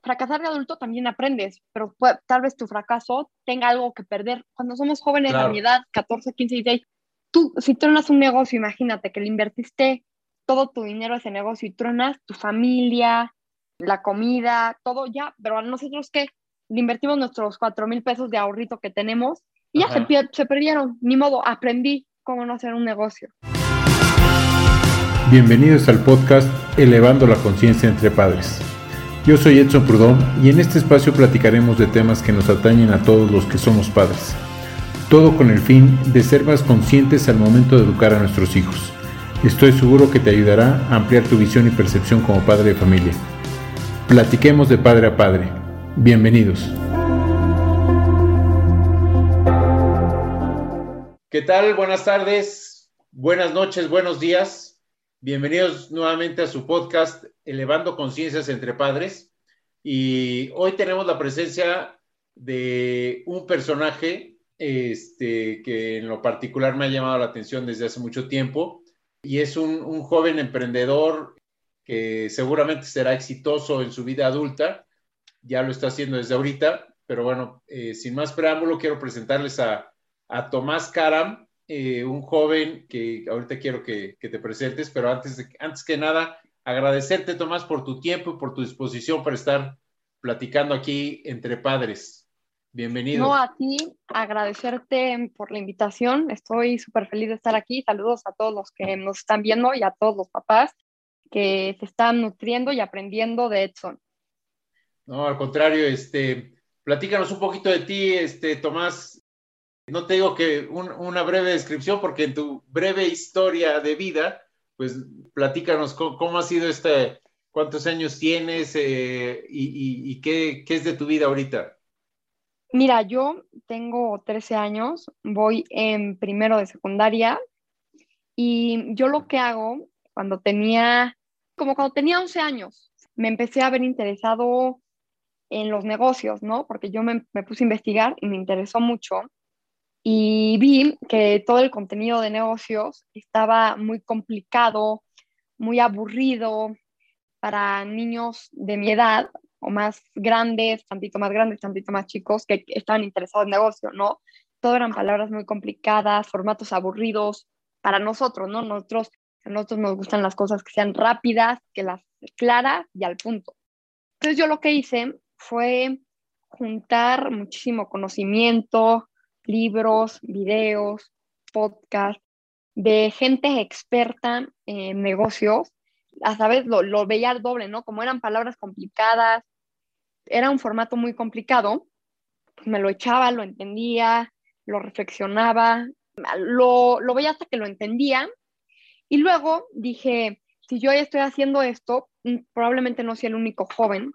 fracasar de adulto también aprendes, pero tal vez tu fracaso tenga algo que perder. Cuando somos jóvenes a mi Claro, edad, 14, 15, 16, si truenas un negocio, imagínate que le invertiste todo tu dinero a ese negocio y truenas tu familia, la comida, todo ya, pero a nosotros que le invertimos nuestros 4,000 pesos de ahorrito que tenemos y ya ajá. se perdieron, ni modo, aprendí cómo no hacer un negocio. Bienvenidos al podcast Elevando la Conciencia entre Padres. Yo soy Edson Prudón y en este espacio platicaremos de temas que nos atañen a todos los que somos padres. Todo con el fin de ser más conscientes al momento de educar a nuestros hijos. Estoy seguro que te ayudará a ampliar tu visión y percepción como padre de familia. Platiquemos de padre a padre. Bienvenidos. ¿Qué tal? Buenas tardes, buenas noches, buenos días. Bienvenidos nuevamente a su podcast Elevando Conciencias entre Padres. Y hoy tenemos la presencia de un personaje que en lo particular me ha llamado la atención desde hace mucho tiempo. Y es un joven emprendedor que seguramente será exitoso en su vida adulta. Ya lo está haciendo desde ahorita. Pero bueno, sin más preámbulo, quiero presentarles a Tomás Karam, un joven que ahorita quiero que te presentes, pero antes que nada, agradecerte, Tomás, por tu tiempo y por tu disposición para estar platicando aquí entre padres. No, Bienvenido. a ti, agradecerte por la invitación. Estoy súper feliz de estar aquí. Saludos a todos los que nos están viendo y a todos los papás que se están nutriendo y aprendiendo de Edson. No, al contrario, platícanos un poquito de ti, Tomás. No te digo que una breve descripción, porque en tu breve historia de vida, pues platícanos cómo ha sido cuántos años tienes y qué es de tu vida ahorita. Mira, yo tengo 13 años, voy en primero de secundaria y yo lo que hago cuando tenía 11 años, me empecé a ver interesado en los negocios, ¿no? Porque yo me puse a investigar y me interesó mucho y vi que todo el contenido de negocios estaba muy complicado, muy aburrido para niños de mi edad o más grandes, tantito más chicos que estaban interesados en negocio, ¿no? Todo eran palabras muy complicadas, formatos aburridos para nosotros, ¿no? A nosotros nos gustan las cosas que sean rápidas, que las claras y al punto. Entonces yo lo que hice fue juntar muchísimo conocimiento, libros, videos, podcasts de gente experta en negocios. A sabes, lo veía al doble, ¿no? Como eran palabras complicadas, era un formato muy complicado, pues me lo echaba, lo entendía, lo reflexionaba, lo veía hasta que lo entendía. Y luego dije, si yo ya estoy haciendo esto, probablemente no sea el único joven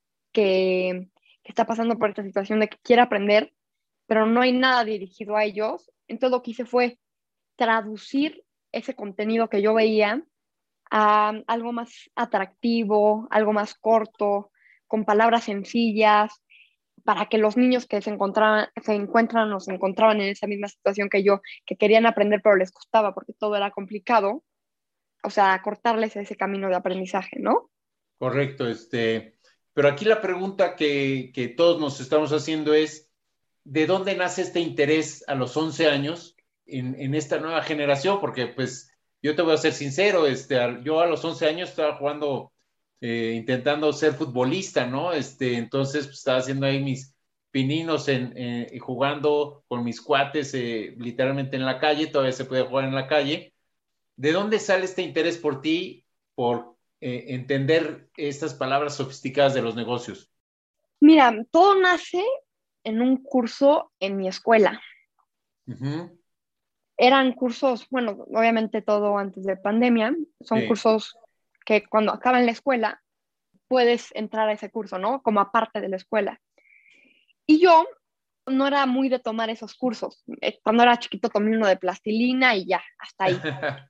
que está pasando por esta situación de que quiere aprender, pero no hay nada dirigido a ellos. Entonces lo que hice fue traducir ese contenido que yo veía a algo más atractivo, algo más corto, con palabras sencillas, para que los niños que se encuentran o se encontraban en esa misma situación que yo, que querían aprender pero les costaba porque todo era complicado, o sea, cortarles ese camino de aprendizaje, ¿no? Correcto, pero aquí la pregunta que todos nos estamos haciendo es, ¿de dónde nace este interés a los 11 años en esta nueva generación? Porque pues yo te voy a ser sincero, yo a los 11 años estaba jugando, intentando ser futbolista, ¿no? Entonces pues, estaba haciendo ahí mis pininos jugando con mis cuates, literalmente en la calle, todavía se puede jugar en la calle. ¿De dónde sale este interés por ti, por entender estas palabras sofisticadas de los negocios? Mira, todo nace en un curso en mi escuela. Uh-huh. Eran cursos, bueno, obviamente todo antes de pandemia, son Sí, cursos que cuando acaban la escuela puedes entrar a ese curso, ¿no? Como aparte de la escuela. Y yo no era muy de tomar esos cursos. Cuando era chiquito tomé uno de plastilina y ya, hasta ahí.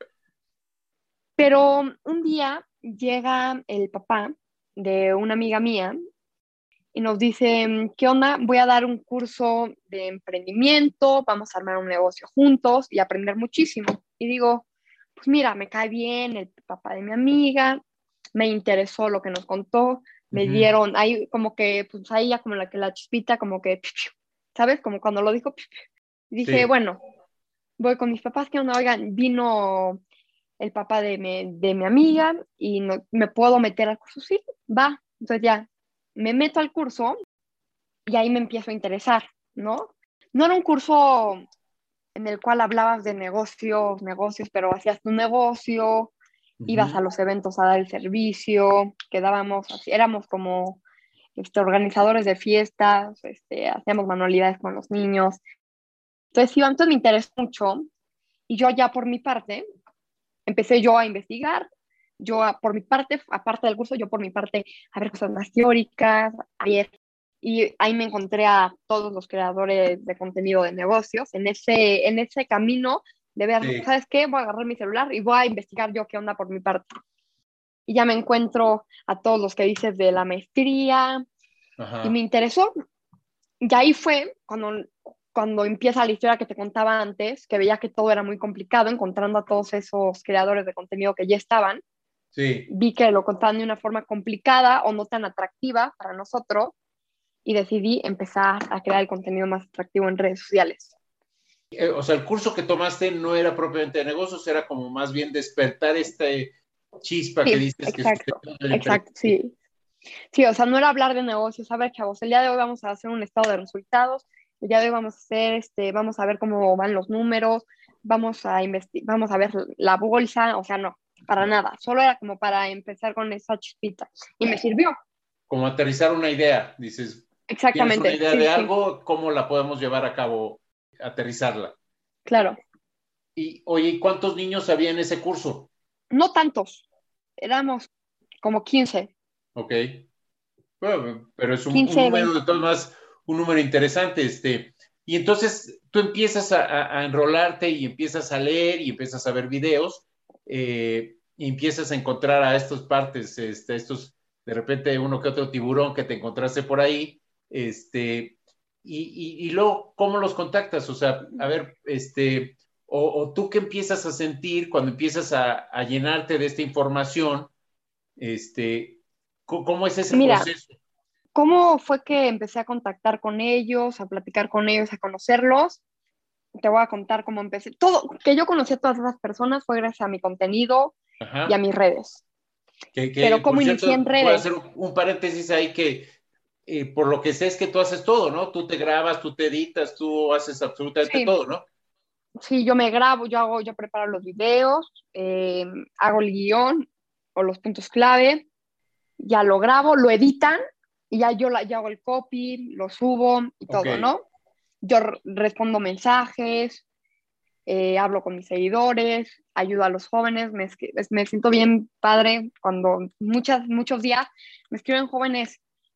Pero un día llega el papá de una amiga mía y nos dice, ¿qué onda? Voy a dar un curso de emprendimiento, vamos a armar un negocio juntos y aprender muchísimo. Y digo, pues mira, me cae bien el papá de mi amiga, me interesó lo que nos contó, me dieron, ahí como que, pues ahí ya como la chispita, como que, ¿sabes? Como cuando lo dijo, dije, Sí, bueno, voy con mis papás, que onda, oigan, vino el papá de mi amiga y no, me puedo meter al curso, sí, va. Entonces ya me meto al curso y ahí me empiezo a interesar, ¿no? No era un curso en el cual hablabas de negocios, pero hacías tu negocio, ibas a los eventos a dar el servicio, quedábamos así, éramos como organizadores de fiestas, hacíamos manualidades con los niños. Entonces me interesó mucho y yo ya por mi parte, empecé yo a investigar, por mi parte, aparte del curso, yo por mi parte, a ver cosas más teóricas, y ahí me encontré a todos los creadores de contenido de negocios en ese camino de ver, sí. ¿sabes qué? Voy a agarrar mi celular y voy a investigar yo qué onda por mi parte. Y ya me encuentro a todos los que dices de la maestría y me Ajá. interesó. Y ahí fue cuando empieza la historia que te contaba antes, que veía que todo era muy complicado, encontrando a todos esos creadores de contenido que ya estaban. Sí. Vi que lo contaban de una forma complicada o no tan atractiva para nosotros y decidí empezar a crear el contenido más atractivo en redes sociales. O sea, el curso que tomaste no era propiamente de negocios, era como más bien despertar esta chispa que Sí, dices que exacto, sucedió en el exacto, emprendimiento. sí. Sí, o sea, no era hablar de negocios. A ver, chavos, el día de hoy vamos a hacer un estado de resultados, el día de hoy vamos a hacer, vamos a ver cómo van los números, vamos a ver la bolsa, o sea, no, para nada. Solo era como para empezar con esa chispita. Y me sirvió. Como aterrizar una idea, dices, tienes una Exactamente, idea sí, de sí, algo, ¿cómo la podemos llevar a cabo, aterrizarla? claro. Y oye, ¿cuántos niños había en ese curso? No tantos, éramos como 15, Ok. Bueno, pero es un 15, número 20. de todas más, un número interesante, y entonces tú empiezas a enrolarte y empiezas a leer y empiezas a ver videos, y empiezas a encontrar a estas partes, estos, de repente uno que otro tiburón que te encontraste por ahí, y luego, ¿cómo los contactas? O sea, a ver, o tú qué empiezas a sentir cuando empiezas a llenarte de esta información, este, ¿cómo es ese Mira, proceso? ¿cómo fue que empecé a contactar con ellos, a platicar con ellos, a conocerlos? Te voy a contar cómo empecé. Todo, que yo conocí a todas esas personas fue gracias a mi contenido y a Ajá. mis redes. Que Pero por ¿cómo inicié en cierto, voy a redes? hacer un paréntesis ahí que por lo que sé es que tú haces todo, ¿no? Tú te grabas, tú te editas, tú haces absolutamente Sí, todo, ¿no? sí, yo me grabo, yo preparo los videos, hago el guión o los puntos clave, ya lo grabo, lo editan y ya ya hago el copy, lo subo y Ok. todo, ¿no? Yo respondo mensajes, hablo con mis seguidores, ayudo a los jóvenes, me siento bien padre cuando muchos días me escriben jóvenes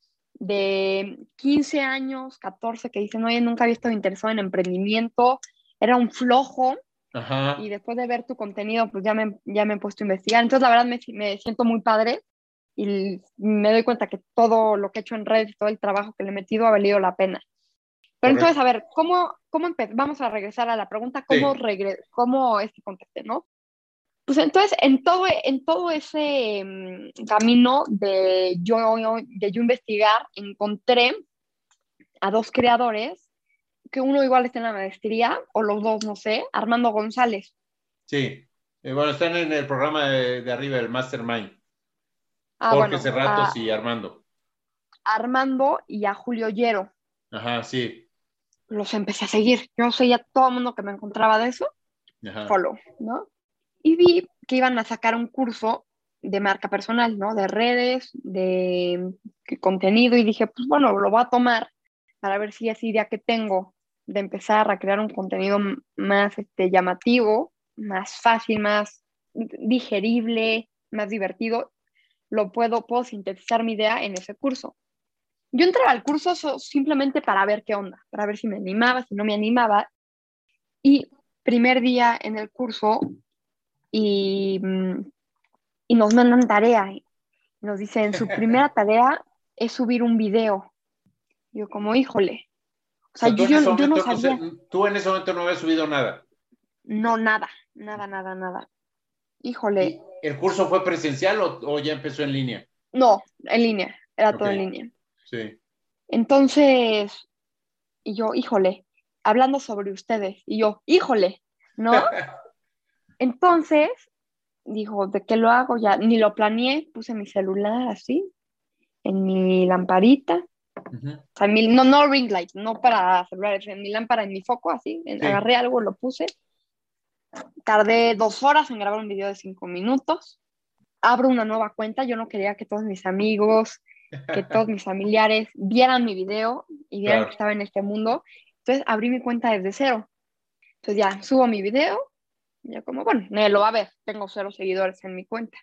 de 15 años, 14, que dicen, oye, nunca había estado interesado en emprendimiento, era un flojo y Ajá. después de ver tu contenido, pues ya me he puesto a investigar. Entonces, la verdad, me siento muy padre y me doy cuenta que todo lo que he hecho en redes, todo el trabajo que le he metido ha valido la pena. Pero entonces, Correcto. a ver, vamos a regresar a la pregunta, Sí. ¿cómo es que contesté, no? Pues entonces, en todo ese camino de yo investigar, encontré a dos creadores, que uno igual está en la maestría, o los dos, no sé, Armando González. Sí. Bueno, están en el programa de arriba, el Mastermind. Jorge Bueno, Cerratos y Armando. a Armando y a Julio Llero. Ajá, sí. Los empecé a seguir. Yo seguía a todo el mundo que me encontraba de eso, Ajá. follow, ¿no? Y vi que iban a sacar un curso de marca personal, ¿no? De redes, de contenido, y dije, pues bueno, lo voy a tomar para ver si esa idea que tengo de empezar a crear un contenido más llamativo, más fácil, más digerible, más divertido, puedo sintetizar mi idea en ese curso. Yo entraba al curso simplemente para ver qué onda, para ver si me animaba, si no me animaba, y primer día en el curso y, y nos mandan tarea. Y nos dicen, su primera tarea es subir un video. Yo como, híjole, o O sea, sea, yo no sabía, tú en ese momento no habías subido nada. no, nada, nada, nada, nada. Híjole, ¿Y el curso fue presencial o ya empezó en línea? no, en línea. era todo en Ok, línea. sí. Entonces, y yo, híjole, hablando sobre ustedes, y yo, híjole, ¿no? Entonces, dijo, ¿de qué lo hago? Ya ni lo planeé, puse mi celular así, en mi lamparita, Ujú, o sea, no ring light, no para celulares, en mi lámpara, en mi foco, así, sí. agarré algo, lo puse, tardé 2 horas en grabar un video de 5 minutos, abro una nueva cuenta, yo no quería que todos mis amigos, que todos mis familiares vieran mi video y vieran que Claro. estaba en este mundo, entonces abrí mi cuenta desde cero, entonces ya subo mi video, y yo como, bueno, nadie lo va a ver, tengo 0 seguidores en mi cuenta.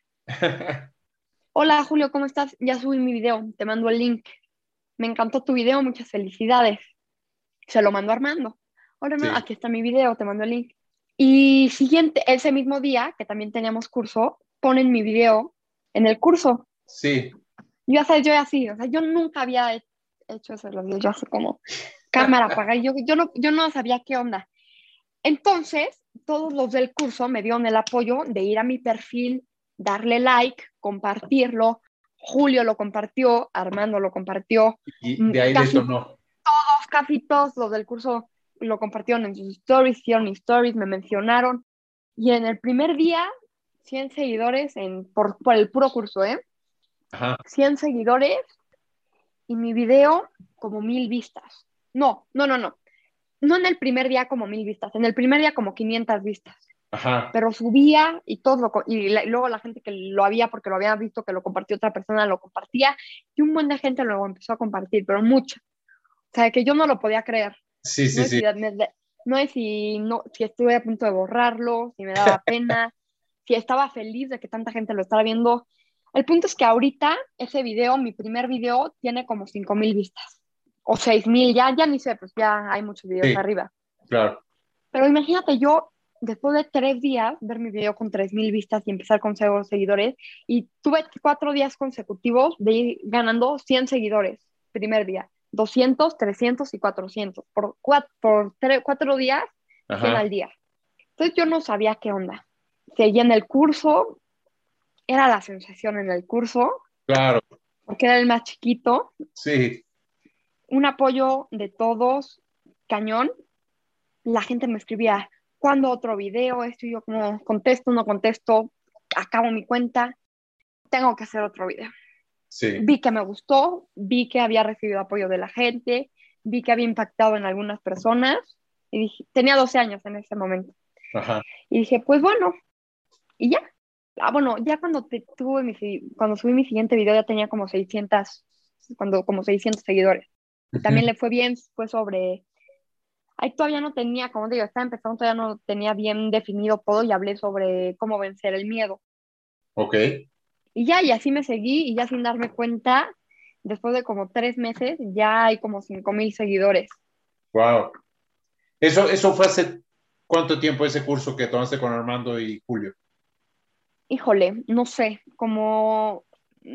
Hola Julio, ¿cómo estás? Ya subí mi video, te mando el link. Me encantó tu video, muchas felicidades. Se lo mando a Armando. Hola, Armando, Sí, aquí está mi video, te mando el link. Y siguiente, ese mismo día, que también teníamos curso, ponen mi video en el curso. sí. Yo así, o sea, yo nunca había hecho eso, yo así como cámara apagada, y yo no sabía qué onda. Entonces, todos los del curso me dieron el apoyo de ir a mi perfil, darle like, compartirlo. Julio lo compartió, Armando lo compartió, Y de ahí casi detonó. casi todos los del curso lo compartieron en sus stories, hicieron mis stories, me mencionaron. Y en el primer día, 100 seguidores por el puro curso, ¿eh? Ajá, 100 seguidores y mi video como 1000 vistas. No, no, no, no. No en el primer día como 1000 vistas, en el primer día como 500 vistas. ajá. Pero subía y y luego la gente que lo había, porque lo había visto que lo compartió otra persona, lo compartía y un buen de gente luego empezó a compartir, pero mucho. O sea, que yo no lo podía creer. Sí, No sí, es sí. si, no es si, no, si estuve a punto de borrarlo, si me daba pena, si estaba feliz de que tanta gente lo estaba viendo. El punto es que ahorita ese video, mi primer video, tiene como 5000 vistas o 6000, ya ni sé, pues ya hay muchos videos Sí, arriba. claro. Pero imagínate yo, después de 3 días, ver mi video con 3000 vistas y empezar con 0 seguidores, y tuve 4 días consecutivos de ir ganando 100 seguidores, primer día, 200, 300 y 400, por 4 días, 100 Ajá, al día. Entonces yo no sabía qué onda. Seguía en el curso, era la sensación en el curso, claro. porque era el más chiquito, Sí, un apoyo de todos, cañón. La gente me escribía, ¿cuándo otro video? Esto y yo como, contesto, no contesto, acabo mi cuenta, tengo que hacer otro video. sí. Vi que me gustó, vi que había recibido apoyo de la gente, vi que había impactado en algunas personas y dije, tenía 12 años en ese momento. Ajá. Y dije, pues bueno, y ya. Bueno, ya cuando subí mi siguiente video ya tenía como 600, como 600 seguidores. Y Ujú, también le fue bien, fue sobre. Ahí todavía no tenía, como digo, estaba empezando, todavía no tenía bien definido todo y hablé sobre cómo vencer el miedo. ok. Y ya, y así me seguí y ya sin darme cuenta, después de como 3 meses, ya hay como 5000 seguidores. Wow. Eso fue hace cuánto tiempo ese curso que tomaste con Armando y Julio. Híjole, no sé, como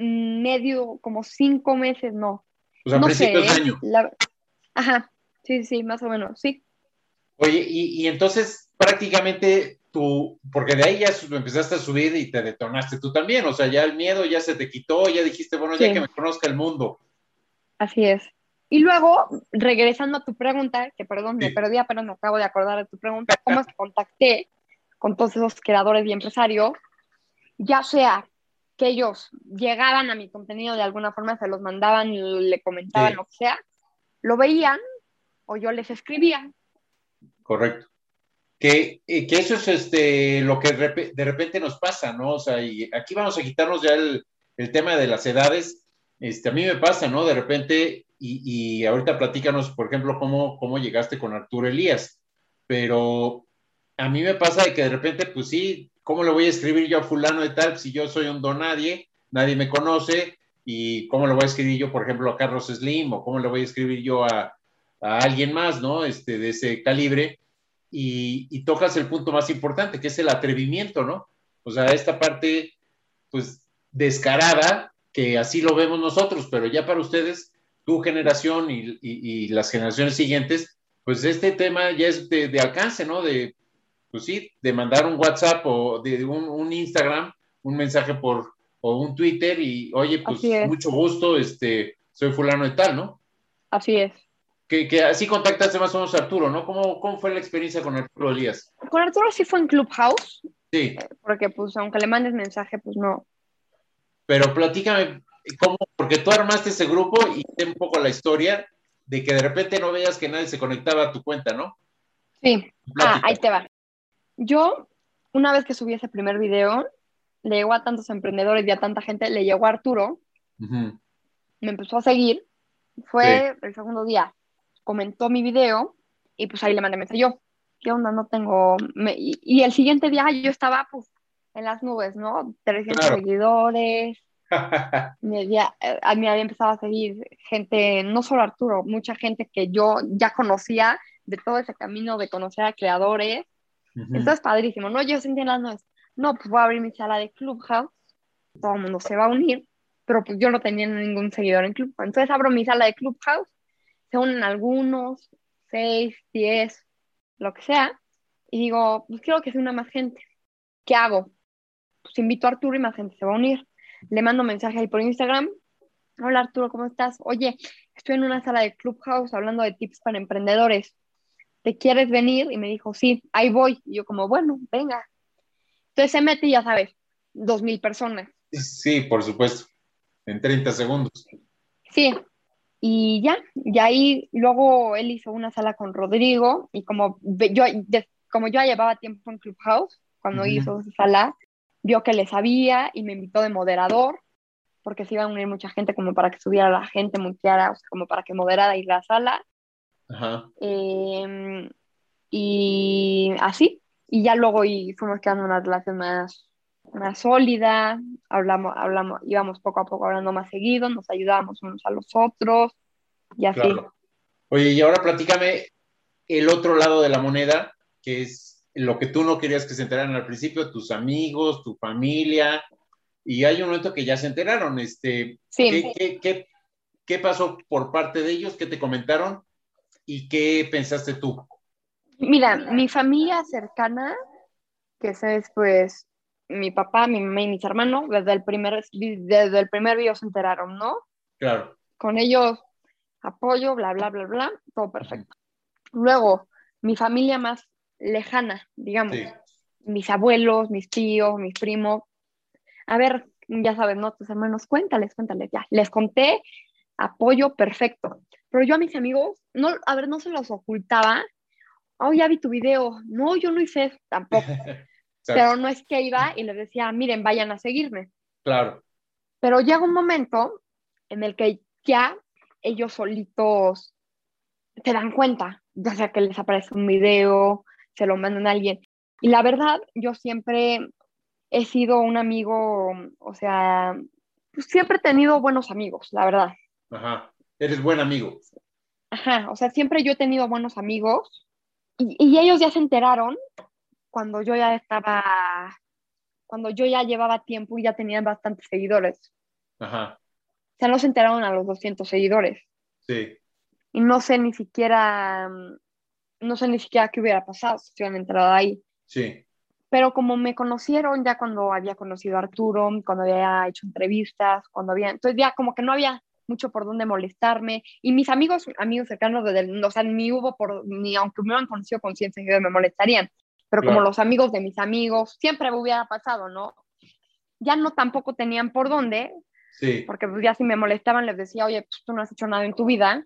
medio, como 5 meses, no. O sea, a No principios sé, de ¿eh? año. Ajá, sí, sí, más o menos, sí. Oye, y entonces prácticamente tú, porque de ahí ya empezaste a subir y te detonaste tú también, o sea, ya el miedo ya se te quitó, ya dijiste, bueno, ya que Sí, me conozca el mundo. así es. Y luego, regresando a tu pregunta, que perdón, me Sí, perdí, pero me acabo de acordar de tu pregunta, ¿cómo es que contacté con todos esos creadores y empresarios? Ya sea que ellos llegaban a mi contenido de alguna forma, se los mandaban, le comentaban, sí, lo que sea, lo veían o yo les escribía. correcto. Que eso es lo que de repente nos pasa, ¿no? O sea, y aquí vamos a quitarnos ya el tema de las edades. A mí me pasa, ¿no? De repente, y ahorita platícanos, por ejemplo, cómo llegaste con Arturo Elías, pero a mí me pasa de que de repente, pues sí, ¿cómo le voy a escribir yo a fulano de tal si yo soy un don nadie, nadie me conoce? ¿Y cómo le voy a escribir yo, por ejemplo, a Carlos Slim? ¿O cómo le voy a escribir yo a alguien más, ¿no? De ese calibre. Y tocas el punto más importante, que es el atrevimiento, ¿no? O sea, esta parte, pues, descarada, que así lo vemos nosotros, pero ya para ustedes, tu generación y las generaciones siguientes, pues este tema ya es de alcance, ¿no? Pues sí, de mandar un WhatsApp o de un Instagram, un mensaje o un Twitter y, oye, pues Así es. mucho gusto, soy fulano de tal, ¿no? Así es. Que así contactaste más o menos a Arturo, ¿no? ¿Cómo fue la experiencia con Arturo Elías? Con Arturo sí fue en Clubhouse, Sí, porque pues aunque le mandes mensaje, pues no. pero platícame cómo, porque tú armaste ese grupo y sé un poco la historia de que de repente no veías que nadie se conectaba a tu cuenta, ¿no? Sí. Plática. Ahí te va. Yo, una vez que subí ese primer video, le llegó a tantos emprendedores y a tanta gente, le llegó a Arturo, Ujú. me empezó a seguir, Sí, fue el segundo día, comentó mi video y pues ahí le mandé mensaje yo. ¿Qué onda? No tengo... y el siguiente día yo estaba pues en las nubes, ¿no? 300 claro. seguidores, me había empezado a seguir gente, no solo Arturo, mucha gente que yo ya conocía de todo ese camino de conocer a creadores. Ujú. Entonces, padrísimo, ¿no? Yo sentía en las nubes, no, pues voy a abrir mi sala de Clubhouse, todo el mundo se va a unir, pero pues yo no tenía ningún seguidor en Clubhouse. Entonces abro mi sala de Clubhouse, se unen algunos, 6, 10, lo que sea, y digo, pues quiero que se una más gente. ¿Qué hago? Pues invito a Arturo y más gente se va a unir. Le mando mensaje ahí por Instagram. Hola Arturo, ¿cómo estás? Oye, estoy en una sala de Clubhouse hablando de tips para emprendedores. ¿Te quieres venir? Y me dijo, sí, ahí voy. Y yo como, bueno, venga. Entonces se mete, y ya sabes, 2,000 personas. Sí, por supuesto, en 30 segundos. Sí, y ya, y ahí luego él hizo una sala con Rodrigo y como yo ya llevaba tiempo en Clubhouse, cuando Ujú. hizo esa sala, vio que le sabía y me invitó de moderador, porque se iba a unir mucha gente como para que subiera la gente, muteara, o sea, como para que moderara ahí la sala. Ajá. Eh, y así, y ya luego fuimos creando una relación más sólida, íbamos poco a poco hablando más seguido, nos ayudábamos unos a los otros y así. Claro. Oye, y ahora platícame el otro lado de la moneda, que es lo que tú no querías que se enteraran al principio, tus amigos, tu familia, y hay un momento que ya se enteraron, Sí, ¿qué pasó por parte de ellos? ¿Qué te comentaron? ¿Y qué pensaste tú? mira, mi familia cercana, que es pues mi papá, mi mamá y mis hermanos, desde el primer video se enteraron, ¿no? Claro. Con ellos apoyo, bla, bla, bla, bla, todo Ujú. perfecto. Luego, mi familia más lejana, digamos, Sí, mis abuelos, mis tíos, mis primos. A ver, ya sabes, ¿no? Tus hermanos, cuéntales, cuéntales, ya. Les conté, apoyo, perfecto. Pero yo a mis amigos, no, a ver, no se los ocultaba. Oh, ya vi tu video. No, yo no hice eso tampoco. Pero exacto, no es que iba y les decía, miren, vayan a seguirme. claro. Pero llega un momento en el que ya ellos solitos se dan cuenta, ya sea que les aparece un video, se lo mandan a alguien. Y la verdad, yo siempre he sido un amigo, o sea, pues siempre he tenido buenos amigos, la verdad. Ajá. Eres buen amigo. Ajá, o sea, siempre yo he tenido buenos amigos y ellos ya se enteraron cuando yo ya estaba, cuando yo ya llevaba tiempo y ya tenían bastantes seguidores. Ajá. O sea, no se enteraron a los 200 seguidores. Sí, Y no sé ni siquiera qué hubiera pasado si se hubieran enterado ahí. sí, Pero como me conocieron ya cuando había conocido a Arturo, cuando había hecho entrevistas, entonces ya como que no había mucho por dónde molestarme. Y mis amigos cercanos, o sea, ni aunque me hubieran conocido con 100 seguidores me molestarían. Pero como claro. los amigos de mis amigos, siempre me hubiera pasado, ¿no? Ya no tampoco tenían por dónde, Sí. porque pues ya si me molestaban les decía, oye, pues tú no has hecho nada en tu vida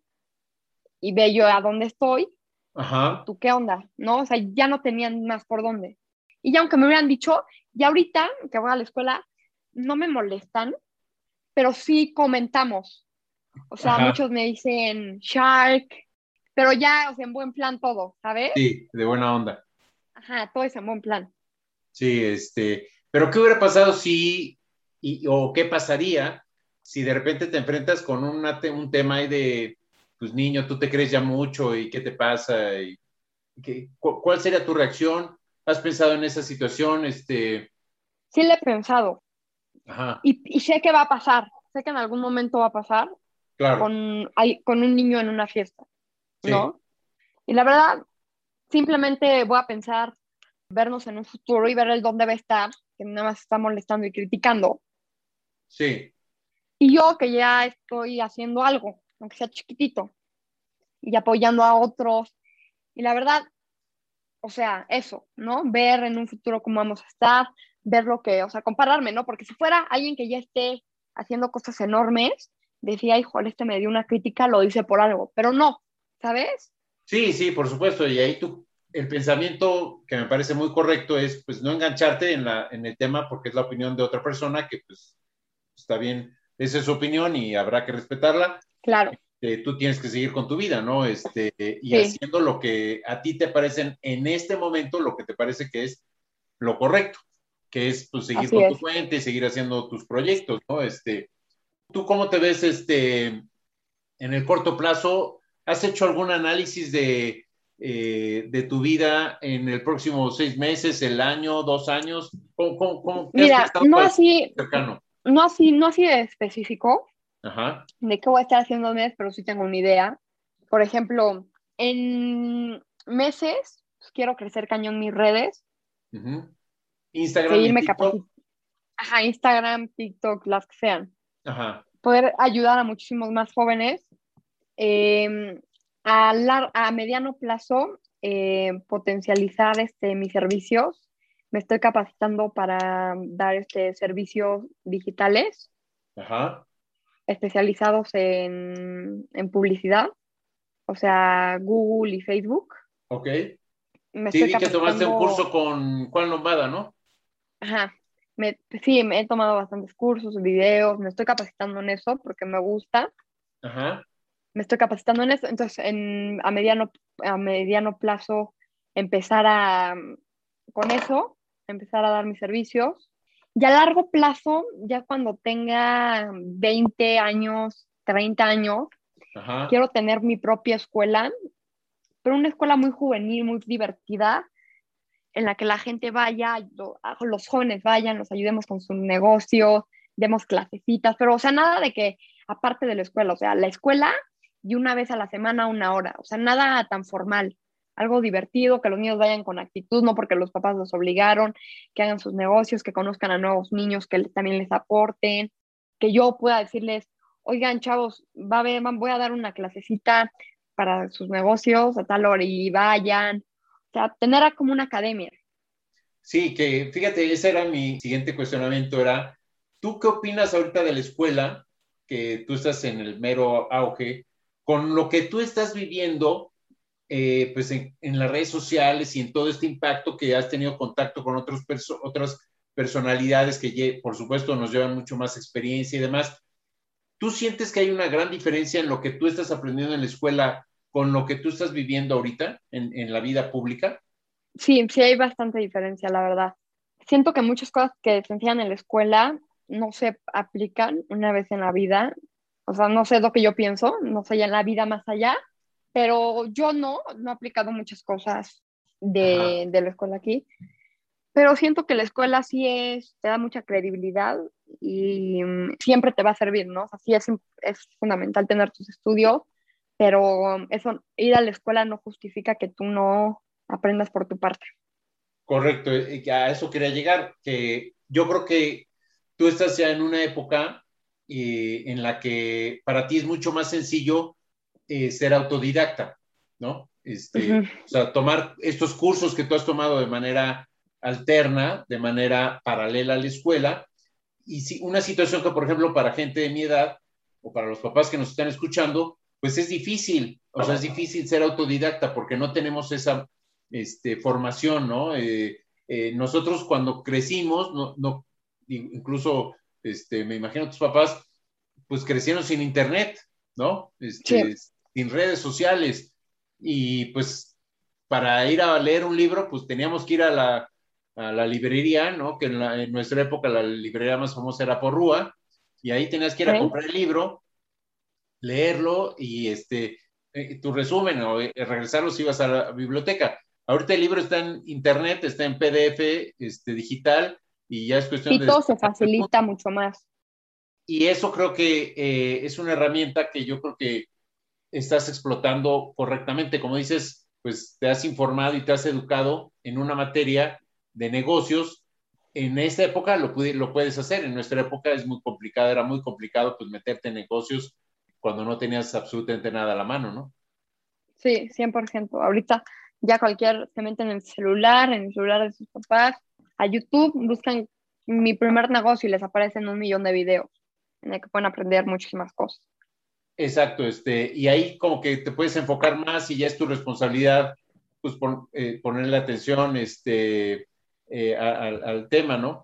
y ve yo a dónde estoy, Ajá. ¿tú qué onda? ¿No? O sea, ya no tenían más por dónde. Y ya aunque me hubieran dicho, ya ahorita que voy a la escuela, no me molestan, pero sí comentamos. O sea, Ajá. muchos me dicen Shark, pero ya, o sea, en buen plan todo, ¿sabes? Sí, de buena onda. Ajá, todo es en buen plan. Sí, pero ¿qué hubiera pasado o qué pasaría si de repente te enfrentas con un tema ahí de, pues niño, tú te crees ya mucho y qué te pasa? ¿Cuál sería tu reacción? ¿Has pensado en esa situación? Sí le he pensado Ajá, y sé que va a pasar, sé que en algún momento va a pasar claro, con un niño en una fiesta, sí, ¿no? Y la verdad, simplemente voy a pensar vernos en un futuro y ver el dónde va a estar, que nada más está molestando y criticando. Sí, Y yo que ya estoy haciendo algo, aunque sea chiquitito, y apoyando a otros. Y la verdad, o sea, eso, ¿no? Ver en un futuro cómo vamos a estar, ver lo que, o sea, compararme, ¿no? Porque si fuera alguien que ya esté haciendo cosas enormes, decía, híjole, este me dio una crítica, lo dice por algo, pero no, ¿sabes? sí, sí, por supuesto. Y ahí el pensamiento que me parece muy correcto es, pues, no engancharte en el tema porque es la opinión de otra persona que, pues, está bien, esa es su opinión y habrá que respetarla. Claro, Tú tienes que seguir con tu vida, ¿no? Y sí, haciendo lo que a ti te parece en este momento, lo que te parece que es lo correcto, que es, pues, seguir así con tu es. cuenta y seguir haciendo tus proyectos, ¿no? ¿Tú cómo te ves, en el corto plazo? ¿Has hecho algún análisis de tu vida en el próximo 6 meses, el año, 2 años? ¿Qué has Mira, pensado para el cercano? no así de específico Ajá. de qué voy a estar haciendo mes, pero sí tengo una idea. Por ejemplo, en meses pues, quiero crecer cañón mis redes, Uh-huh. Instagram y seguirme TikTok. capacitando, ajá, Instagram, TikTok, las que sean, Ajá. poder ayudar a muchísimos más jóvenes. Eh, a mediano plazo, potencializar mis servicios. Me estoy capacitando para dar servicios digitales Ajá. especializados en publicidad, o sea, Google y Facebook. Ok. Me Sí, estoy vi que tomaste un capacitando, curso con Juan Lombada, ¿no? ajá, sí, me he tomado bastantes cursos, videos, me estoy capacitando en eso porque me gusta. Ajá. Me estoy capacitando en eso, entonces a mediano plazo empezar con eso, empezar a dar mis servicios. Y a largo plazo, ya cuando tenga 20 años, 30 años, Ajá. quiero tener mi propia escuela, pero una escuela muy juvenil, muy divertida, en la que la gente vaya, los jóvenes vayan, los ayudemos con su negocio, demos clasecitas, pero o sea, nada de que aparte de la escuela, o sea, la escuela y una vez a la semana, una hora, o sea, nada tan formal, algo divertido, que los niños vayan con actitud, no porque los papás los obligaron, que hagan sus negocios, que conozcan a nuevos niños, que también les aporten, que yo pueda decirles, oigan, chavos, voy a dar una clasecita para sus negocios a tal hora y vayan, o sea, tener como una academia. Sí, que fíjate, ese era mi siguiente cuestionamiento, era, ¿tú qué opinas ahorita de la escuela, que tú estás en el mero auge, con lo que tú estás viviendo, pues en las redes sociales y en todo este impacto que has tenido contacto con otras personalidades que, por supuesto, nos llevan mucho más experiencia y demás? ¿Tú sientes que hay una gran diferencia en lo que tú estás aprendiendo en la escuela con lo que tú estás viviendo ahorita en la vida pública? Sí, sí hay bastante diferencia, la verdad. Siento que muchas cosas que se enseñan en la escuela no se aplican una vez en la vida. O sea, no sé lo que yo pienso, no sé ya en la vida más allá, pero yo no he aplicado muchas cosas Ajá. de la escuela aquí. Pero siento que la escuela sí te da mucha credibilidad y siempre te va a servir, ¿no? O sea, sí es fundamental tener tus estudios, pero eso, ir a la escuela no justifica que tú no aprendas por tu parte. Correcto, a eso quería llegar, que yo creo que tú estás ya en una época en la que para ti es mucho más sencillo ser autodidacta, ¿no? Ujú. O sea, tomar estos cursos que tú has tomado de manera alterna, de manera paralela a la escuela, y si, una situación que, por ejemplo, para gente de mi edad o para los papás que nos están escuchando, pues es difícil, o sea, es difícil ser autodidacta porque no tenemos esa formación, ¿no? Nosotros cuando crecimos, incluso me imagino tus papás, pues crecieron sin internet, ¿no? Sí, Sin redes sociales. Y pues para ir a leer un libro, pues teníamos que ir a la librería, ¿no? Que en nuestra época la librería más famosa era Porrúa, y ahí tenías que ir a sí. comprar el libro, leerlo y tu resumen o regresarlo si ibas a la biblioteca. Ahorita el libro está en internet, está en PDF digital y ya es cuestión Y de todo se descargar el facilita punto. mucho más. Y eso creo que es una herramienta que yo creo que estás explotando correctamente. Como dices, pues te has informado y te has educado en una materia de negocios en esta época lo puedes hacer. En nuestra época es muy complicado, era muy complicado pues meterte en negocios cuando no tenías absolutamente nada a la mano, ¿no? Sí, 100%. Ahorita ya cualquier se mete en el celular de sus papás, a YouTube, buscan mi primer negocio y les aparecen 1 millón de videos en el que pueden aprender muchísimas cosas. Exacto, y ahí como que te puedes enfocar más y ya es tu responsabilidad, pues ponerle atención, al tema, ¿no?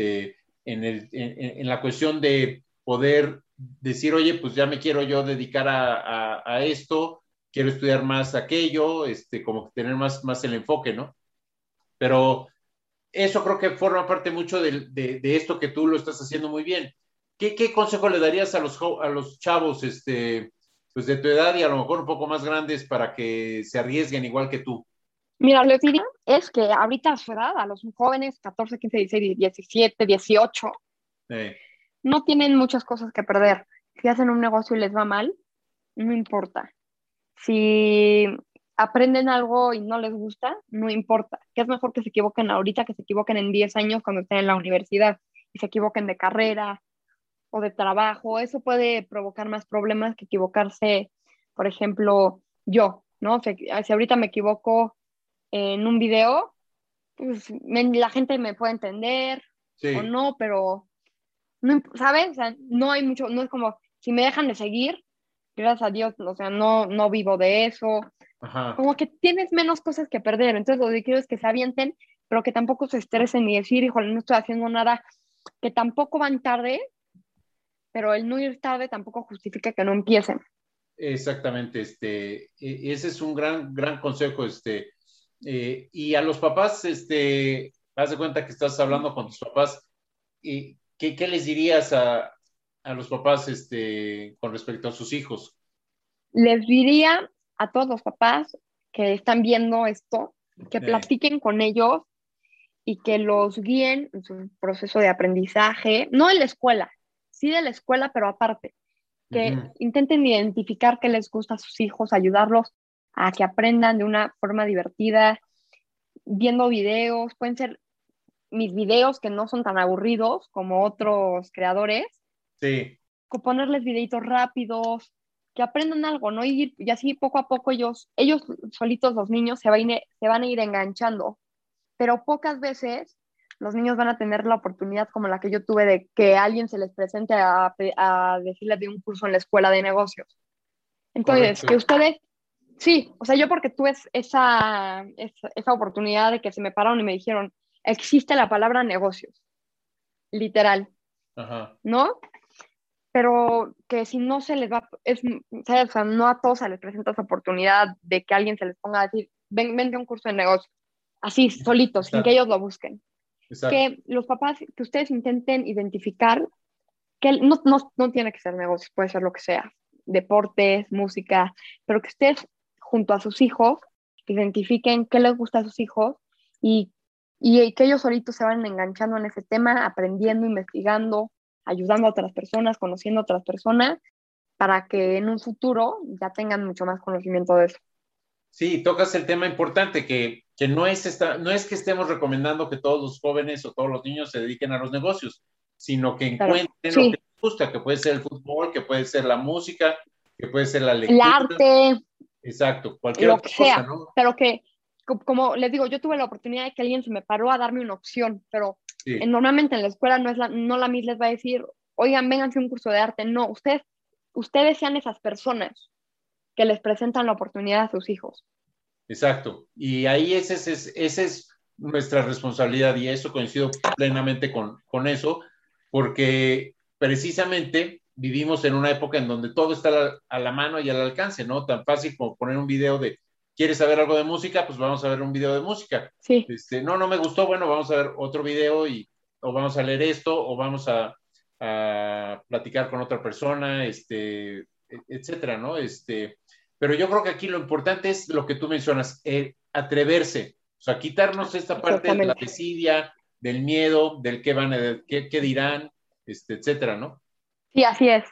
En la cuestión de poder decir, oye, pues ya me quiero yo dedicar a esto, quiero estudiar más aquello, como que tener más el enfoque, ¿no? Pero eso creo que forma parte mucho de esto que tú lo estás haciendo muy bien. ¿Qué consejo le darías a los chavos pues de tu edad y a lo mejor un poco más grandes para que se arriesguen igual que tú? Mira, lo que diría es que ahorita a su edad, a los jóvenes, 14, 15, 16, 17, 18, Eh, no tienen muchas cosas que perder. Si hacen un negocio y les va mal, no importa. Si aprenden algo y no les gusta, no importa. Que es mejor que se equivoquen ahorita que se equivoquen en 10 años cuando estén en la universidad y se equivoquen de carrera o de trabajo. Eso puede provocar más problemas que equivocarse, por ejemplo, yo, ¿no? O sea, si ahorita me equivoco en un video, pues la gente me puede entender o sí, no, pero no, ¿sabes? O sea, no hay mucho, no es como si me dejan de seguir, gracias a Dios, o sea, no vivo de eso, ajá, como que tienes menos cosas que perder, entonces lo que quiero es que se avienten, pero que tampoco se estresen y decir, híjole, no estoy haciendo nada, que tampoco van tarde, pero el no ir tarde tampoco justifica que no empiecen. exactamente. Ese es un gran consejo. Y a los papás, haz de cuenta que estás hablando con tus papás. ¿Y qué les dirías a los papás, con respecto a sus hijos? Les diría a todos los papás que están viendo esto, que Eh, platiquen con ellos y que los guíen en su proceso de aprendizaje, no en la escuela, sí de la escuela, pero aparte, que Ujú. intenten identificar qué les gusta a sus hijos, ayudarlos a que aprendan de una forma divertida, viendo videos, pueden ser mis videos que no son tan aburridos como otros creadores, Sí, ponerles videitos rápidos, que aprendan algo, ¿no? Y así poco a poco ellos solitos, los niños, se van a ir enganchando, pero pocas veces los niños van a tener la oportunidad como la que yo tuve de que alguien se les presente a decirles de un curso en la escuela de negocios. Entonces, correcto. que ustedes, sí, o sea, yo porque tuve esa oportunidad de que se me pararon y me dijeron, existe la palabra negocios, literal, Ajá. ¿no? Pero que si no se les va, o sea, no a todos se les presenta esa oportunidad de que alguien se les ponga a decir, vente a un curso de negocios, así, solitos, sin que Exacto, ellos lo busquen. exacto. Que los papás, que ustedes intenten identificar que no tiene que ser negocios, puede ser lo que sea, deportes, música, pero que ustedes junto a sus hijos identifiquen qué les gusta a sus hijos y, y que ellos solitos se van enganchando en ese tema, aprendiendo, investigando, ayudando a otras personas, conociendo a otras personas, para que en un futuro ya tengan mucho más conocimiento de eso. Sí, tocas el tema importante que no es que estemos recomendando que todos los jóvenes o todos los niños se dediquen a los negocios, sino que Pero encuentren lo que sí, les gusta, que puede ser el fútbol, que puede ser la música, que puede ser la el lectura, arte, exacto, cualquier lo otra que cosa, sea, ¿no? pero que, como les digo, yo tuve la oportunidad de que alguien se me paró a darme una opción, pero Sí, normalmente en la escuela no la MIS les va a decir, oigan, vénganse a un curso de arte, no, ustedes sean esas personas que les presentan la oportunidad a sus hijos. exacto. Y ahí esa es nuestra responsabilidad y eso coincido plenamente con eso, porque precisamente vivimos en una época en donde todo está a la mano y al alcance, ¿no? Tan fácil como poner un video de, ¿quieres saber algo de música? Pues vamos a ver un video de música. Sí, No me gustó, bueno, vamos a ver otro video o vamos a leer esto o vamos a platicar con otra persona, etcétera, ¿no? Pero yo creo que aquí lo importante es lo que tú mencionas, atreverse, o sea, quitarnos esta parte de la exactamente. desidia, del miedo, del qué van a, qué dirán, etcétera, ¿no? Sí, así es.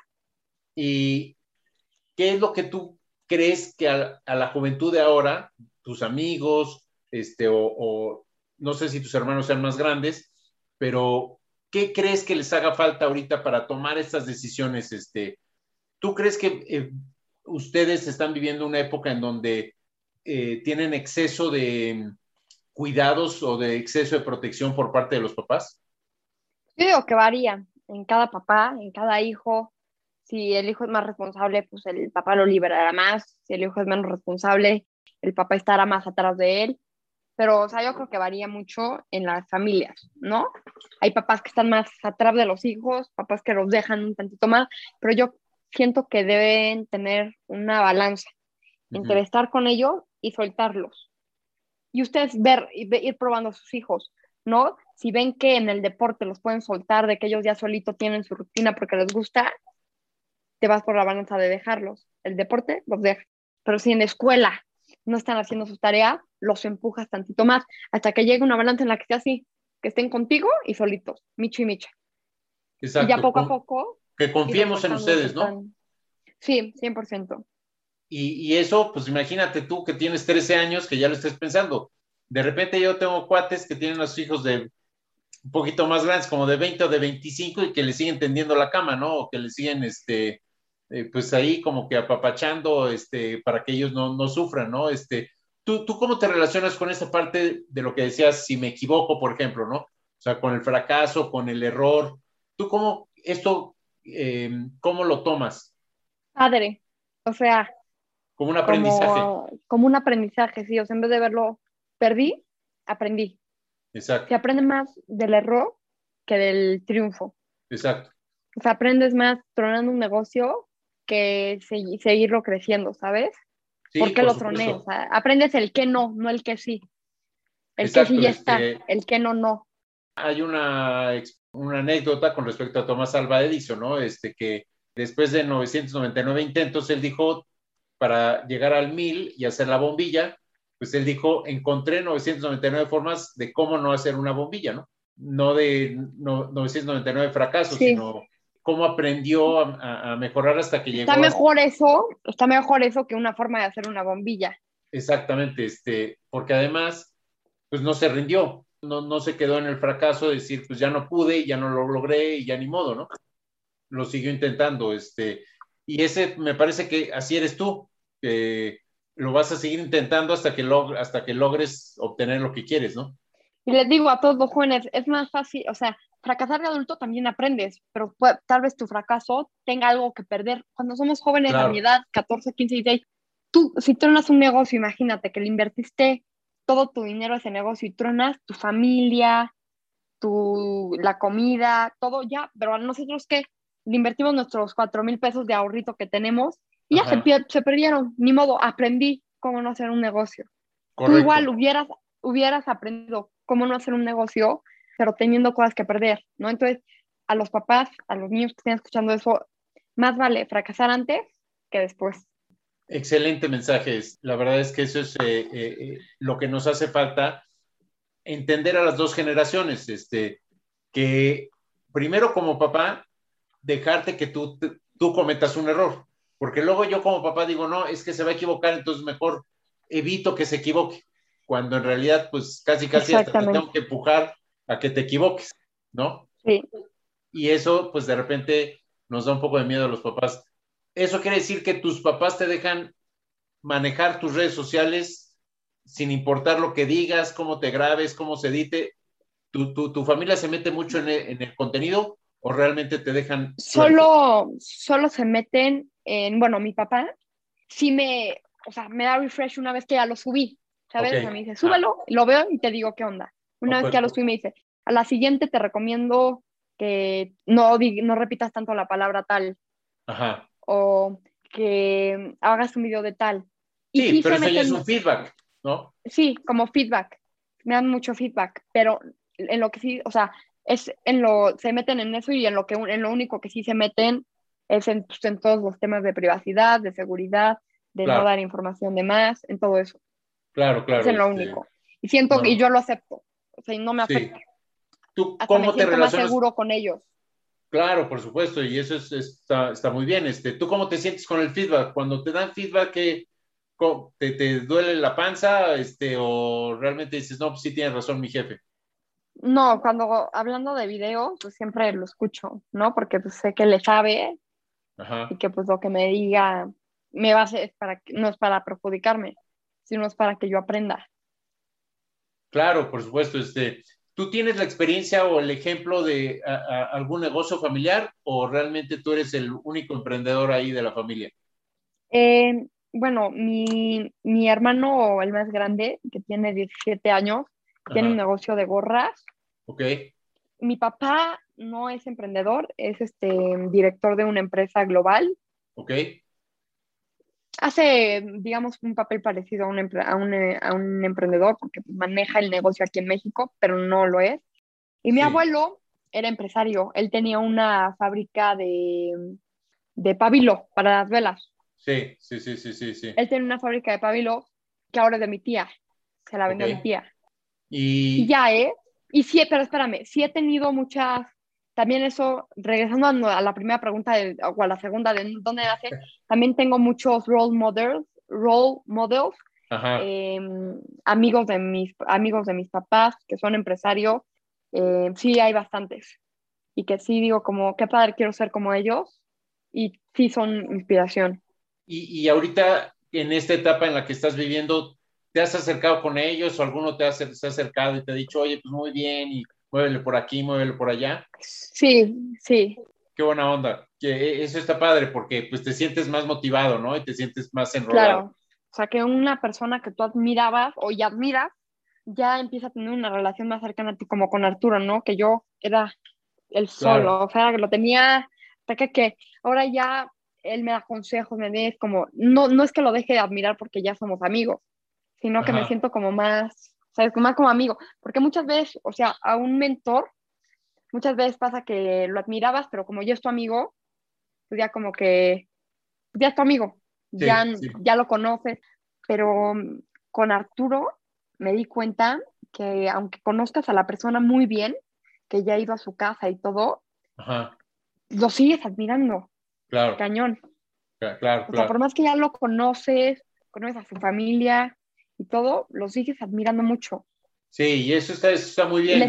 Y qué es lo que tú crees que a la juventud de ahora, tus amigos, o no sé si tus hermanos sean más grandes, pero ¿qué crees que les haga falta ahorita para tomar estas decisiones? ¿Tú crees que ustedes están viviendo una época en donde tienen exceso de cuidados o de exceso de protección por parte de los papás? Yo digo que varía en cada papá, en cada hijo. Si el hijo es más responsable, pues el papá lo liberará más. Si el hijo es menos responsable, el papá estará más atrás de él. Pero, o sea, yo creo que varía mucho en las familias, ¿no? Hay papás que están más atrás de los hijos, papás que los dejan un tantito más, pero yo siento que deben tener una balanza entre estar con ellos y soltarlos. Y ustedes ver, ir probando a sus hijos, ¿no? Si ven que en el deporte los pueden soltar, de que ellos ya solito tienen su rutina porque les gusta, te vas por la balanza de dejarlos. El deporte los deja. Pero si en la escuela no están haciendo sus tareas, los empujas tantito más hasta que llegue una balanza en la que esté así, que estén contigo y solitos, Micho y Micha. Exacto. Y ya poco a poco. Que confiemos en ustedes, ¿no? Sí, 100%. Y eso, pues imagínate tú que tienes 13 años, que ya lo estés pensando. De repente yo tengo cuates que tienen a sus hijos de un poquito más grandes, como de 20 o de 25, y que le siguen tendiendo la cama, ¿no? O que le siguen, pues ahí como que apapachando, para que ellos no sufran, ¿no? ¿Tú cómo te relacionas con esa parte de lo que decías, si me equivoco, por ejemplo, ¿no? O sea, con el fracaso, con el error. ¿Tú cómo lo tomas? Padre, o sea, Como un aprendizaje. como un aprendizaje, sí, o sea, en vez de verlo, perdí, aprendí. Exacto. Se aprende más del error que del triunfo. Exacto. O sea, aprendes más tronando un negocio que seguirlo creciendo, ¿sabes? Sí, ¿Por qué por lo troné? O supuesto. sea, aprendes el que no el que sí. El que sí Exacto. ya está, el que no. Hay una anécdota con respecto a Tomás Alva Edison, ¿no? Que después de 999 intentos, él dijo, para llegar al 1000 y hacer la bombilla, pues él dijo, encontré 999 formas de cómo no hacer una bombilla, ¿no? No de 999 fracasos, Sí. sino cómo aprendió a mejorar hasta que Está llegó mejor eso que una forma de hacer una bombilla. Exactamente, porque además, pues no se rindió, no se quedó en el fracaso de decir, pues ya no pude, ya no lo logré y ya ni modo, ¿no? Lo siguió intentando, y ese me parece que así eres tú, que lo vas a seguir intentando hasta que logres obtener lo que quieres, ¿no? Y les digo a todos los jóvenes, es más fácil, o sea, fracasar de adulto también aprendes, pero tal vez tu fracaso tenga algo que perder. Cuando somos jóvenes a mi Claro. edad, 14, 15, 16, si tronas un negocio, imagínate que le invertiste todo tu dinero a ese negocio y tronas tu familia, la comida, todo ya, pero a nosotros que le invertimos nuestros 4,000 pesos de ahorrito que tenemos y ya Ajá, se perdieron, ni modo, aprendí cómo no hacer un negocio. Tú igual correcto. hubieras aprendido cómo no hacer un negocio, pero teniendo cosas que perder, ¿no? Entonces, a los papás, a los niños que estén escuchando eso, más vale fracasar antes que después. Excelente mensaje. La verdad es que eso es lo que nos hace falta, entender a las dos generaciones, que primero como papá, dejarte que tú cometas un error, porque luego yo como papá digo, no, es que se va a equivocar, entonces mejor evito que se equivoque, cuando en realidad pues casi hasta te tengo Exactamente. que empujar a que te equivoques, ¿no? Sí. Y eso pues de repente nos da un poco de miedo a los papás. Eso quiere decir que tus papás te dejan manejar tus redes sociales sin importar lo que digas, cómo te grabes, cómo se edite. ¿Tu familia se mete mucho en el contenido o realmente te dejan suelto? Solo se meten bueno, mi papá sí o sea, me da refresh una vez que ya lo subí, Ok. ¿sabes? O sea, me dice, súbelo, lo veo y te digo qué onda. Una vez que ya lo subí, me dice, a la siguiente te recomiendo que no repitas tanto la palabra tal, Ajá. o que hagas un video de tal. Y Sí, sí pero se eso ya es meten, un feedback, ¿no? sí, como feedback, me dan mucho feedback, pero en lo que sí, o sea, se meten en eso y en lo único que sí se meten es pues, en todos los temas de privacidad, de seguridad, de no Claro, dar información de más, en todo eso. claro, Es claro. en lo único. Y siento, y No, yo lo acepto, o sea, y no me sí. afecta. ¿Tú Hasta me cómo te siento más relacionas? seguro con ellos. Claro, por supuesto, y eso está muy bien. ¿Tú cómo te sientes con el feedback? Cuando te dan feedback, ¿te duele la panza, o realmente dices, no, pues sí tienes razón mi jefe? No, cuando hablando de video, pues siempre lo escucho, ¿no? Porque pues sé que le sabe y Ajá. que pues lo que me diga me va a hacer, no es para perjudicarme, sino es para que yo aprenda. Claro, por supuesto. ¿Tú tienes la experiencia o el ejemplo de algún negocio familiar o realmente tú eres el único emprendedor ahí de la familia? Bueno, mi hermano, el más grande, que tiene 17 años, tiene un Ajá. negocio de gorras. Ok, Mi papá no es emprendedor, es director de una empresa global. ok. Hace, digamos, un papel parecido a a un emprendedor porque maneja el negocio aquí en México, pero no lo es. Y mi Sí, abuelo era empresario, él tenía una fábrica de pabilo para las velas. sí, sí, sí, sí, sí, sí. Él tenía una fábrica de pabilo que ahora es de mi tía, se la Ok. vendió a mi tía. Y Y ya, ¿eh? Y sí, pero espérame, sí he tenido muchas, también eso, regresando a la primera pregunta o a la segunda de dónde nace, también tengo muchos role models, ajá. eh, amigos de mis papás que son empresarios, sí hay bastantes. Y que sí digo como, qué padre, quiero ser como ellos, y sí son inspiración. Y ahorita, en esta etapa en la que estás viviendo, ¿te has acercado con ellos o alguno se ha acercado y te ha dicho, oye, pues muy bien, y muévele por aquí, muévele por allá? Sí, sí, Qué buena onda. Eso está padre porque pues te sientes más motivado, ¿no? Y te sientes más enrolado. claro. O sea, que una persona que tú admirabas o ya admiras, ya empieza a tener una relación más cercana a ti, como con Arturo, ¿no? Que yo era el Claro. solo, o sea, que lo tenía, hasta que ahora ya él me da consejos, me dice como, no, no es que lo deje de admirar porque ya somos amigos, sino que me Ajá. siento como más, ¿sabes? Más como amigo, porque muchas veces, o sea, a un mentor, muchas veces pasa que lo admirabas, pero como ya es tu amigo, pues ya como que, ya es tu amigo, ya, Sí, sí. ya lo conoces, pero con Arturo me di cuenta que aunque conozcas a la persona muy bien, que ya ha ido a su casa y todo, Ajá. lo sigues admirando, Claro, cañón. claro, O sea, por claro. más que ya lo conoces a su familia y todo, lo sigues admirando mucho. Sí, y eso está muy Y bien.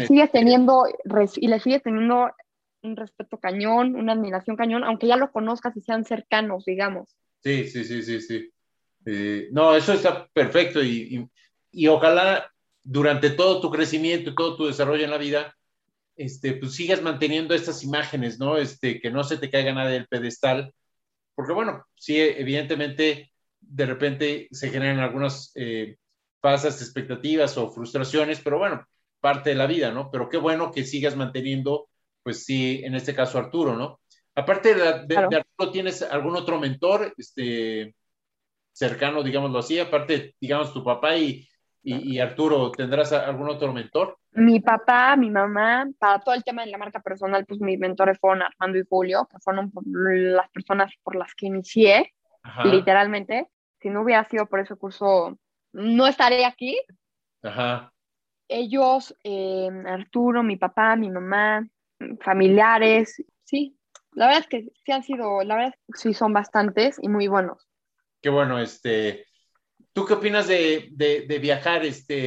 le sigues teniendo un respeto cañón, una admiración cañón, aunque ya lo conozcas y sean cercanos, digamos. Sí, sí, sí, sí, sí. No, eso está perfecto y ojalá durante todo tu crecimiento y todo tu desarrollo en la vida, pues sigas manteniendo estas imágenes, ¿no? Que no se te caiga nada del pedestal, porque bueno, sí, evidentemente de repente se generan algunas falsas expectativas o frustraciones, pero bueno, parte de la vida, ¿no? Pero qué bueno que sigas manteniendo, pues sí, en este caso Arturo, ¿no? Aparte de Claro. Arturo, ¿tienes algún otro mentor, cercano, digámoslo así, aparte, digamos, tu papá y Arturo, ¿tendrás algún otro mentor? Mi papá, mi mamá, para todo el tema de la marca personal, pues mis mentores fueron Armando y Julio, que fueron las personas por las que inicié, Ajá, literalmente. Si no hubiera sido por ese curso, no estaría aquí. ajá. Ellos, Arturo, mi papá, mi mamá, familiares, sí. La verdad es que sí han sido, la verdad es que sí son bastantes y muy buenos. Qué bueno, ¿tú qué opinas de viajar,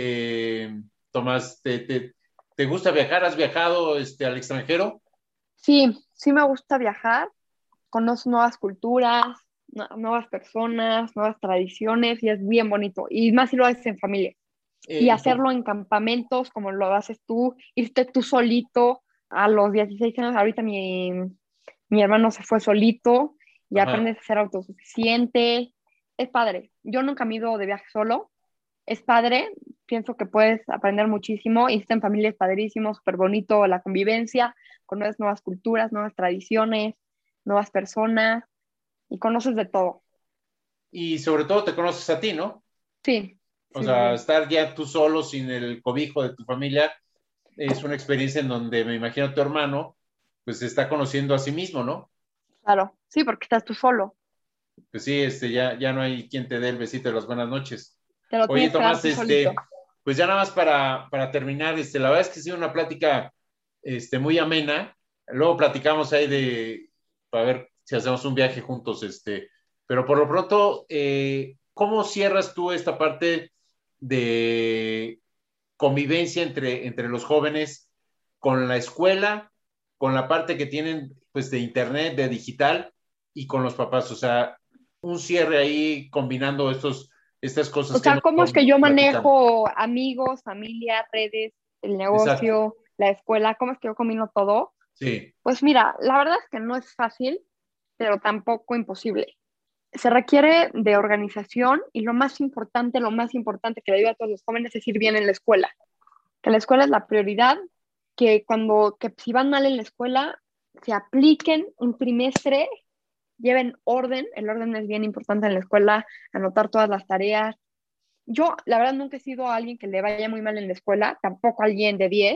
Tomás? ¿Te gusta viajar? ¿Has viajado, al extranjero? Sí, sí me gusta viajar, conozco nuevas culturas, nuevas personas, nuevas tradiciones y es bien bonito. Y más si lo haces en familia. Y Eh, hacerlo en campamentos como lo haces tú, irte tú solito a los 16 años. Ahorita mi hermano se fue solito y ajá. aprendes a ser autosuficiente. Es padre. Yo nunca me he ido de viaje solo. Es padre. Pienso que puedes aprender muchísimo. Irte en familia es padrísimo, súper bonito la convivencia. Conoces nuevas culturas, nuevas tradiciones, nuevas personas y conoces de todo. Y sobre todo te conoces a ti, ¿no? Sí, O sí, sí, sea, sí. estar ya tú solo, sin el cobijo de tu familia, es una experiencia en donde me imagino tu hermano, pues se está conociendo a sí mismo, ¿no? Claro. Sí, porque estás tú solo. Pues sí, ya no hay quien te dé el besito de las buenas noches. Te lo Oye, tienes que dar Tomás, tú solito. pues ya nada más para terminar, la verdad es que ha sido una plática, muy amena. Luego platicamos ahí para ver si hacemos un viaje juntos, pero por lo pronto, ¿cómo cierras tú esta parte de convivencia entre los jóvenes? con la escuela, con la parte que tienen pues de internet, de digital y con los papás. O sea, un cierre ahí combinando estas O cosas que sea, hemos ¿cómo es estado que yo platicando. manejo amigos, familia, redes, el Exacto, negocio, la escuela? ¿Cómo es que yo combino todo? sí. Pues mira, la verdad es que no es fácil, pero tampoco imposible. Se requiere de organización y lo más importante que le digo a todos los jóvenes es ir bien en la escuela. Que la escuela es la prioridad, que si van mal en la escuela, se apliquen un trimestre, lleven orden. El orden es bien importante en la escuela, anotar todas las tareas. Yo, la verdad, nunca he sido alguien que le vaya muy mal en la escuela, tampoco alguien de 10,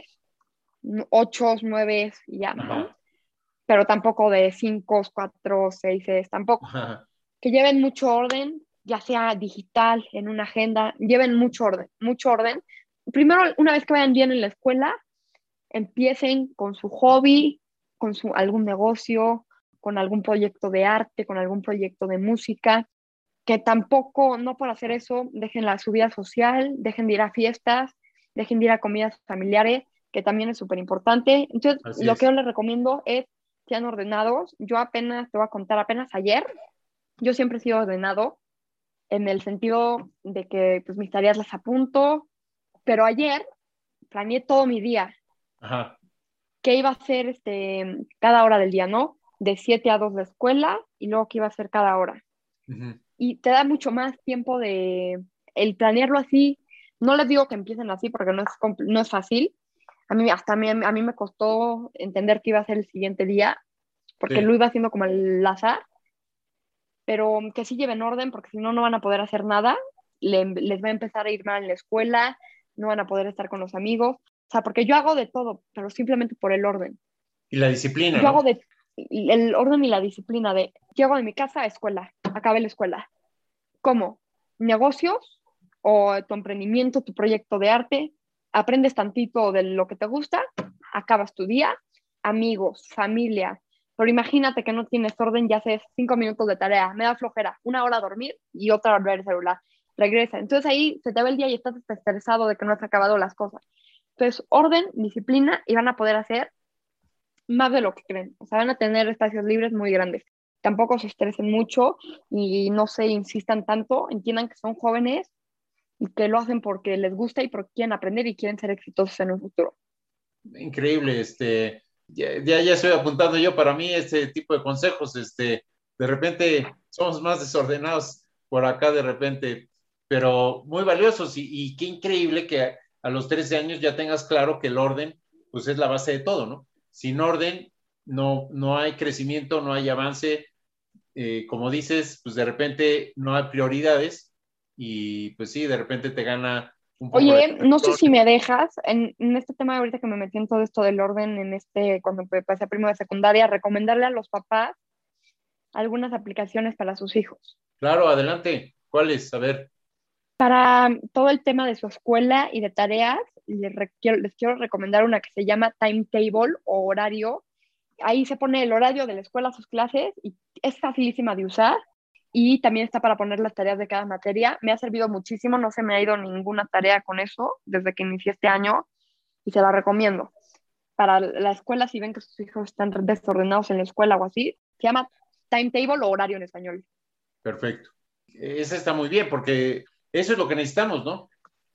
8, 9 y ya, ¿no? Ajá, Pero tampoco de 5, 4, 6, tampoco. ajá, Que lleven mucho orden, ya sea digital, en una agenda, lleven mucho orden, mucho orden. Primero, una vez que vayan bien en la escuela, empiecen con su hobby, algún negocio, con algún proyecto de arte, con algún proyecto de música, que tampoco, no por hacer eso, dejen su vida social, dejen de ir a fiestas, dejen de ir a comidas familiares, que también es súper importante. Entonces, así lo que yo es. les recomiendo es sean ordenados. Yo apenas, te voy a contar, apenas ayer, yo siempre he sido ordenado en el sentido de que pues mis tareas las apunto, pero ayer planeé todo mi día, Ajá, qué iba a hacer cada hora del día, ¿no? De 7 a 2 la escuela y luego qué iba a hacer cada hora. ujú, Y te da mucho más tiempo el planearlo así. No les digo que empiecen así porque no es fácil. A mí me costó entender qué iba a ser el siguiente día porque sí. lo iba haciendo como al azar, pero que sí lleven orden porque si no, no van a poder hacer nada. Les va a empezar a ir mal en la escuela, no van a poder estar con los amigos. O sea, porque yo hago de todo, pero simplemente por el orden. Y la disciplina, Yo hago ¿no? de el orden y la disciplina de llego de mi casa a escuela, acabé la escuela. ¿Cómo? Negocios o tu emprendimiento, tu proyecto de arte, aprendes tantito de lo que te gusta, acabas tu día, amigos, familia. Pero imagínate que no tienes orden, ya haces 5 minutos de tarea, me da flojera, una hora a dormir y otra a ver el celular. Regresa. Entonces ahí se te va el día y estás estresado de que no has acabado las cosas. Entonces, orden, disciplina y van a poder hacer más de lo que creen. O sea, van a tener espacios libres muy grandes. Tampoco se estresen mucho y no se insistan tanto. Entiendan que son jóvenes y que lo hacen porque les gusta y porque quieren aprender y quieren ser exitosos en un futuro. Increíble, ya estoy apuntando yo para mí este tipo de consejos, de repente somos más desordenados por acá de repente, pero muy valiosos y qué increíble que a los 13 años ya tengas claro que el orden, pues es la base de todo, ¿no? Sin orden no hay crecimiento, no hay avance, como dices, pues de repente no hay prioridades y pues sí, de repente te gana un poco la Oye, no sé distracción. si me dejas, en este tema ahorita que me metí en todo esto del orden, cuando pasé a primero de secundaria, recomendarle a los papás algunas aplicaciones para sus hijos. Claro, adelante. ¿Cuáles? A ver. Para todo el tema de su escuela y de tareas, les quiero recomendar una que se llama Timetable o horario. Ahí se pone el horario de la escuela, sus clases, y es facilísima de usar. Y también está para poner las tareas de cada materia. Me ha servido muchísimo, no se me ha ido ninguna tarea con eso desde que inicié este año y se la recomiendo. Para la escuela, si ven que sus hijos están desordenados en la escuela o así, se llama Timetable o horario en español. Perfecto. Esa está muy bien porque eso es lo que necesitamos, ¿no?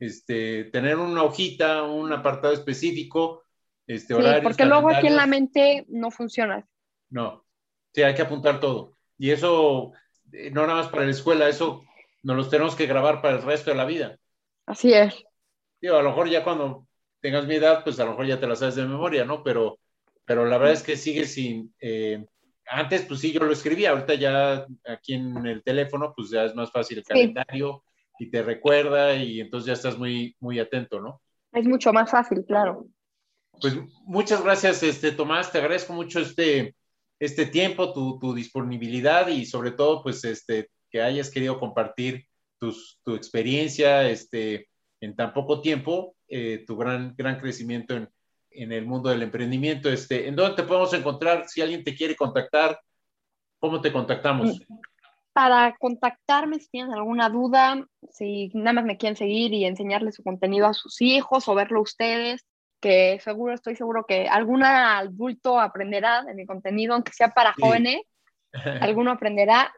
Tener una hojita, un apartado específico, Sí, horarios, porque luego aquí en la calendarios. mente no funciona. No. Sí, hay que apuntar todo. Y eso, no nada más para la escuela, eso nos los tenemos que grabar para el resto de la vida. Así es. Digo, a lo mejor ya cuando tengas mi edad, pues a lo mejor ya te la sabes de memoria, ¿no? Pero la verdad es que sigue sin... antes, pues sí, yo lo escribía, ahorita ya aquí en el teléfono, pues ya es más fácil el Sí, calendario y te recuerda y entonces ya estás muy, muy atento, ¿no? es mucho más fácil, claro. Pues muchas gracias, Tomás, te agradezco mucho este tiempo, tu disponibilidad y sobre todo, pues, que hayas querido compartir tu experiencia, en tan poco tiempo, tu gran crecimiento en el mundo del emprendimiento. ¿En dónde te podemos encontrar? Si alguien te quiere contactar, ¿cómo te contactamos? Para contactarme si tienen alguna duda, si nada más me quieren seguir y enseñarles su contenido a sus hijos o verlo ustedes, que estoy seguro que algún adulto aprenderá de mi contenido, aunque sea para Sí. jóvenes, alguno aprenderá.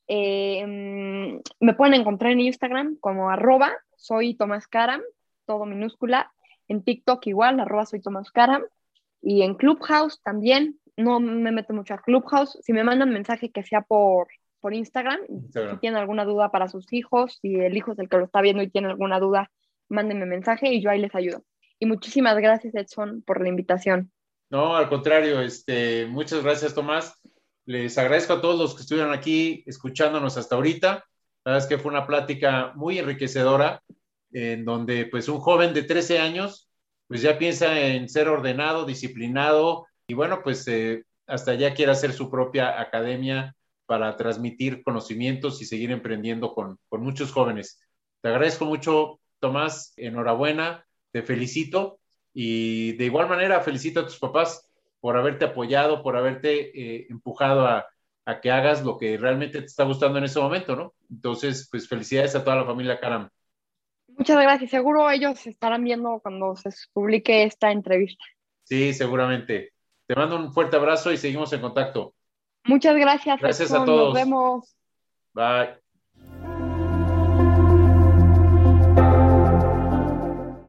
Me pueden encontrar en Instagram como soy Tomás Karam, todo minúscula. En TikTok igual, soy Tomás Karam. Y en Clubhouse también. No me meto mucho a Clubhouse. Si me mandan mensaje que sea por Instagram, si Instagram. tienen alguna duda para sus hijos, si el hijo es el que lo está viendo y tiene alguna duda, mándenme mensaje y yo ahí les ayudo. Y muchísimas gracias, Edson, por la invitación. No, al contrario, muchas gracias, Tomás. Les agradezco a todos los que estuvieron aquí escuchándonos hasta ahorita. La verdad es que fue una plática muy enriquecedora, en donde pues un joven de 13 años pues ya piensa en ser ordenado, disciplinado y bueno, pues hasta ya quiere hacer su propia academia para transmitir conocimientos y seguir emprendiendo con muchos jóvenes. Te agradezco mucho, Tomás, enhorabuena, te felicito y de igual manera felicito a tus papás por haberte apoyado, por haberte empujado a que hagas lo que realmente te está gustando en ese momento, ¿no? Entonces, pues felicidades a toda la familia Karam. Muchas gracias. Seguro ellos estarán viendo cuando se publique esta entrevista. Sí, seguramente. Te mando un fuerte abrazo y seguimos en contacto. Muchas gracias, Gracias a Edson. Nos todos. vemos. Bye.